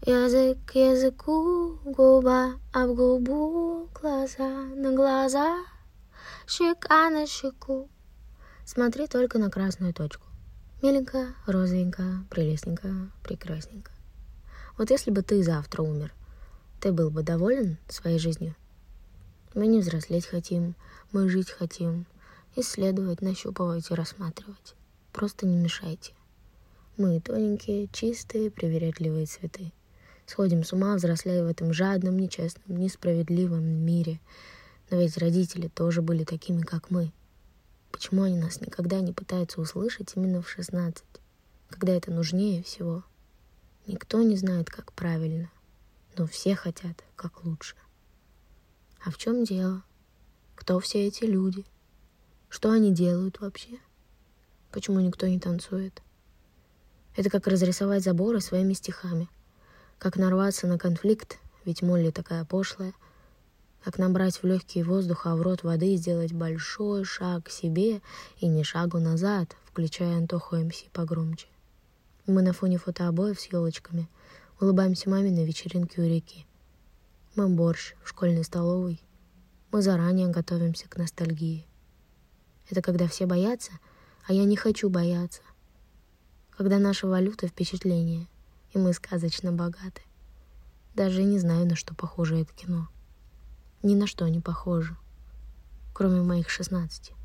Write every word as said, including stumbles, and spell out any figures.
Язык к языку, губа об губу, глаза на глаза, щека на щеку. Смотри только на красную точку. Миленькая, розовенькая, прелестненькая, прекрасненькая. Вот если бы ты завтра умер, ты был бы доволен своей жизнью? Мы не взрослеть хотим, мы жить хотим, исследовать, нащупывать и рассматривать. Просто не мешайте. Мы тоненькие, чистые, привередливые цветы. Сходим с ума, взрослея в этом жадном, нечестном, несправедливом мире. Но ведь родители тоже были такими, как мы. Почему они нас никогда не пытаются услышать именно в шестнадцать, когда это нужнее всего? Никто не знает, как правильно, но все хотят, как лучше. А в чем дело? Кто все эти люди? Что они делают вообще? Почему никто не танцует? Это как разрисовать заборы своими стихами, как нарваться на конфликт, ведь Молли такая пошлая, как набрать в легкие воздуха, а в рот воды и сделать большой шаг к себе и не шагу назад, включая Антоху МС погромче. Мы на фоне фотообоев с елочками улыбаемся маме на вечеринке у реки. Мы борщ в школьной столовой. Мы заранее готовимся к ностальгии. Это когда все боятся, а я не хочу бояться. Когда наша валюта — впечатление, и мы сказочно богаты. Даже не знаю, на что похоже это кино. Ни на что не похоже, кроме моих шестнадцати.